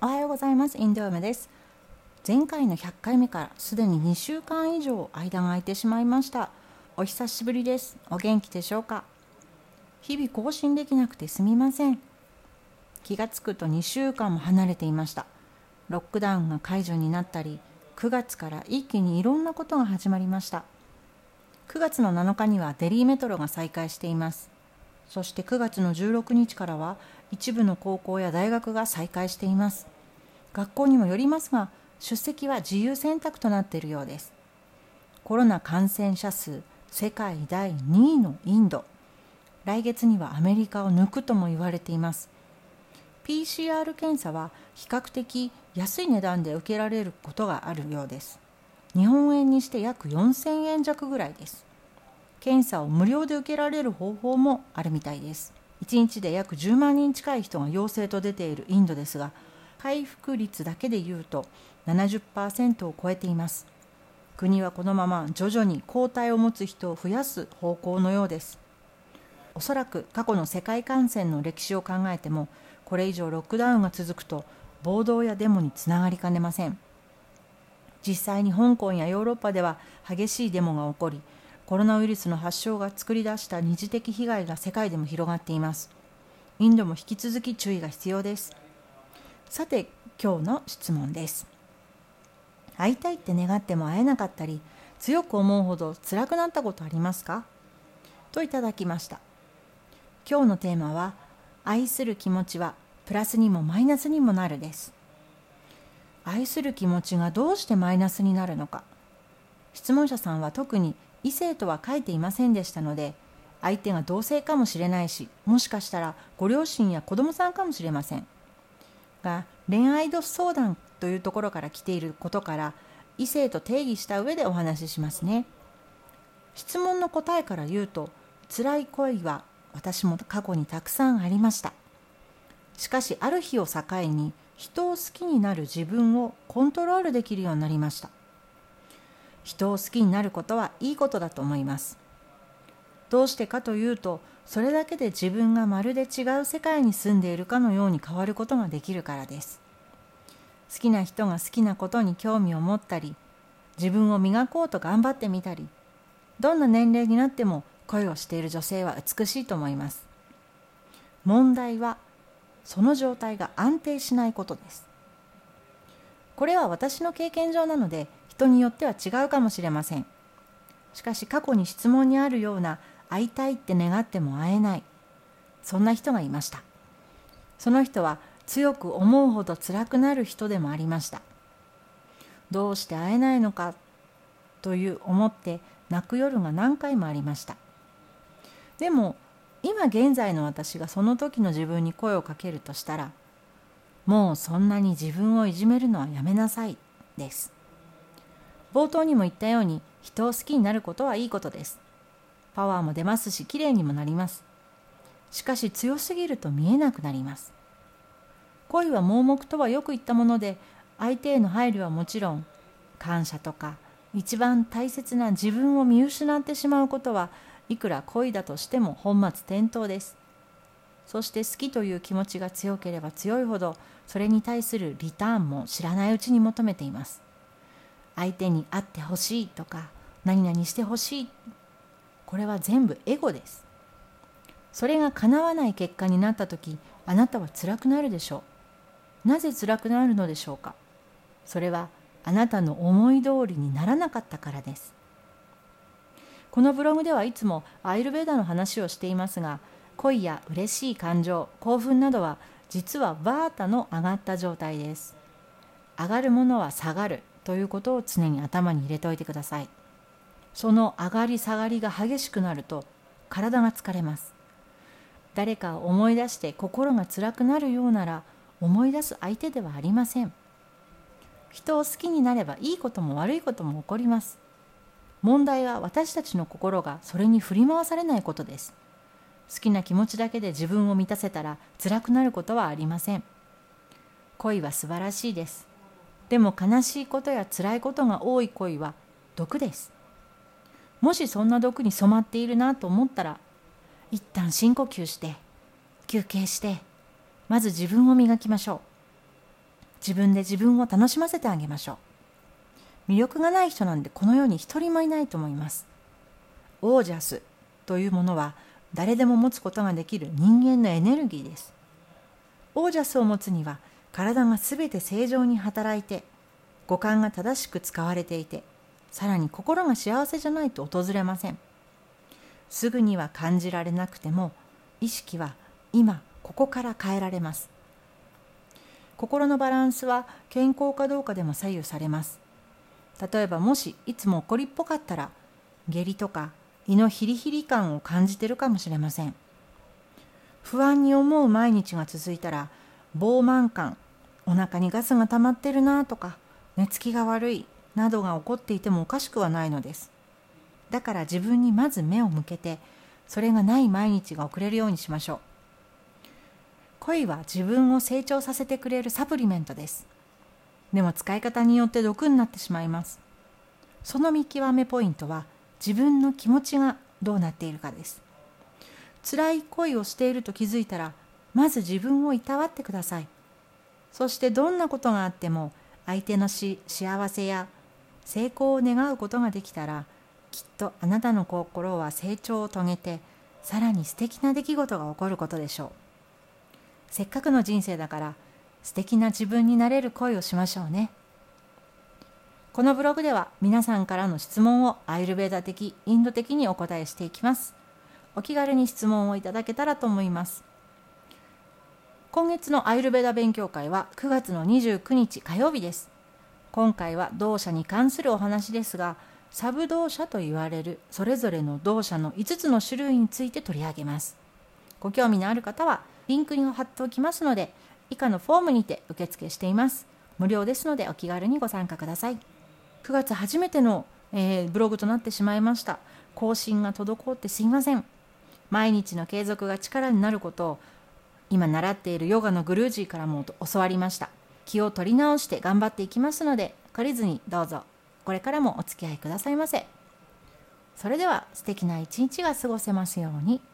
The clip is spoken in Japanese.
おはようございます。インド嫁です。前回の100回目からすでに2週間以上間が空いてしまいました。お久しぶりです。お元気でしょうか？日々更新できなくてすみません。気がつくと2週間も離れていました。ロックダウンが解除になったり、9月から一気にいろんなことが始まりました。9月の7日にはデリーメトロが再開しています。そして9月の16日からは一部の高校や大学が再開しています。学校にもよりますが、出席は自由選択となっているようです。コロナ感染者数世界第2位のインド。来月にはアメリカを抜くとも言われています。PCR 検査は比較的安い値段で受けられることがあるようです。日本円にして約4000円弱ぐらいです。検査を無料で受けられる方法もあるみたいです。1日で約10万人近い人が陽性と出ているインドですが、回復率だけでいうと 70% を超えています。国はこのまま徐々に抗体を持つ人を増やす方向のようです。おそらく過去の世界感染の歴史を考えても、これ以上ロックダウンが続くと暴動やデモにつながりかねません。実際に香港やヨーロッパでは激しいデモが起こり、コロナウイルスの発症が作り出した二次的被害が世界でも広がっています。インドも引き続き注意が必要です。さて、今日の質問です。会いたいって願っても会えなかったり、強く思うほど辛くなったことありますか？といただきました。今日のテーマは、愛する気持ちはプラスにもマイナスにもなるです。愛する気持ちがどうしてマイナスになるのか。質問者さんは特に異性とは書いていませんでしたので、相手が同性かもしれないし、もしかしたらご両親や子供さんかもしれませんが、恋愛相談というところから来ていることから、異性と定義した上でお話ししますね。質問の答えから言うと、辛い恋は私も過去にたくさんありました。しかしある日を境に、人を好きになる自分をコントロールできるようになりました。人を好きになることはいいことだと思います。どうしてかというと、それだけで自分がまるで違う世界に住んでいるかのように変わることができるからです。好きな人が好きなことに興味を持ったり、自分を磨こうと頑張ってみたり、どんな年齢になっても恋をしている女性は美しいと思います。問題は、その状態が安定しないことです。これは私の経験上なので、人によっては違うかもしれません。しかし過去に質問にあるような、会いたいって願っても会えない、そんな人がいました。その人は強く思うほど辛くなる人でもありました。どうして会えないのかという思って泣く夜が何回もありました。でも今現在の私がその時の自分に声をかけるとしたら、もうそんなに自分をいじめるのはやめなさいです。冒頭にも言ったように、人を好きになることはいいことです。パワーも出ますし、綺麗にもなります。しかし強すぎると見えなくなります。恋は盲目とはよく言ったもので、相手への配慮はもちろん、感謝とか一番大切な自分を見失ってしまうことは、いくら恋だとしても本末転倒です。そして好きという気持ちが強ければ強いほど、それに対するリターンも知らないうちに求めています。相手に会ってほしいとか、何々してほしい、これは全部エゴです。それが叶わない結果になったとき、あなたは辛くなるでしょう。なぜ辛くなるのでしょうか。それはあなたの思い通りにならなかったからです。このブログではいつもアイルベーダの話をしていますが、恋や嬉しい感情、興奮などは実はバータの上がった状態です。上がるものは下がるということを常に頭に入れておいてください。その上がり下がりが激しくなると体が疲れます。誰かを思い出して心が辛くなるようなら、思い出す相手ではありません。人を好きになればいいことも悪いことも起こります。問題は私たちの心がそれに振り回されないことです。好きな気持ちだけで自分を満たせたら辛くなることはありません。恋は素晴らしいです。でも悲しいことや辛いことが多い恋は毒です。もしそんな毒に染まっているなと思ったら、一旦深呼吸して、休憩して、まず自分を磨きましょう。 自分で自分を楽しませてあげましょう。魅力がない人なんてこの世に一人もいないと思います。オージャスというものは誰でも持つことができる人間のエネルギーです。オージャスを持つには体がすべて正常に働いて、五感が正しく使われていて、さらに心が幸せじゃないと訪れません。すぐには感じられなくても、意識は今ここから変えられます。心のバランスは健康かどうかでも左右されます。例えばもしいつも怒りっぽかったら、下痢とか胃のヒリヒリ感を感じているかもしれません。不安に思う毎日が続いたら、膨満感、お腹にガスが溜まってるなとか、寝つきが悪いなどが起こっていてもおかしくはないのです。だから自分にまず目を向けて、それがない毎日が送れるようにしましょう。恋は自分を成長させてくれるサプリメントです。でも使い方によって毒になってしまいます。その見極めポイントは自分の気持ちがどうなっているかです。辛い恋をしていると気づいたら、まず自分をいたわってください。そしてどんなことがあっても相手の幸せや成功を願うことができたら、きっとあなたの心は成長を遂げて、さらに素敵な出来事が起こることでしょう。せっかくの人生だから素敵な自分になれる恋をしましょうね。このブログでは皆さんからの質問をアイルベーダ的、インド的にお答えしていきます。お気軽に質問をいただけたらと思います。今月のアイルベーダ勉強会は9月の29日火曜日です。今回は動作に関するお話ですが、サブ動作と言われるそれぞれの動作の5つの種類について取り上げます。ご興味のある方はリンクに貼っておきますので、以下のフォームにて受付しています。無料ですのでお気軽にご参加ください。9月初めての、ブログとなってしまいました。更新が滞ってすいません。毎日の継続が力になることを今習っているヨガのグルージーからも教わりました。気を取り直して頑張っていきますので、懲りずにどうぞこれからもお付き合いくださいませ。それでは素敵な一日が過ごせますように。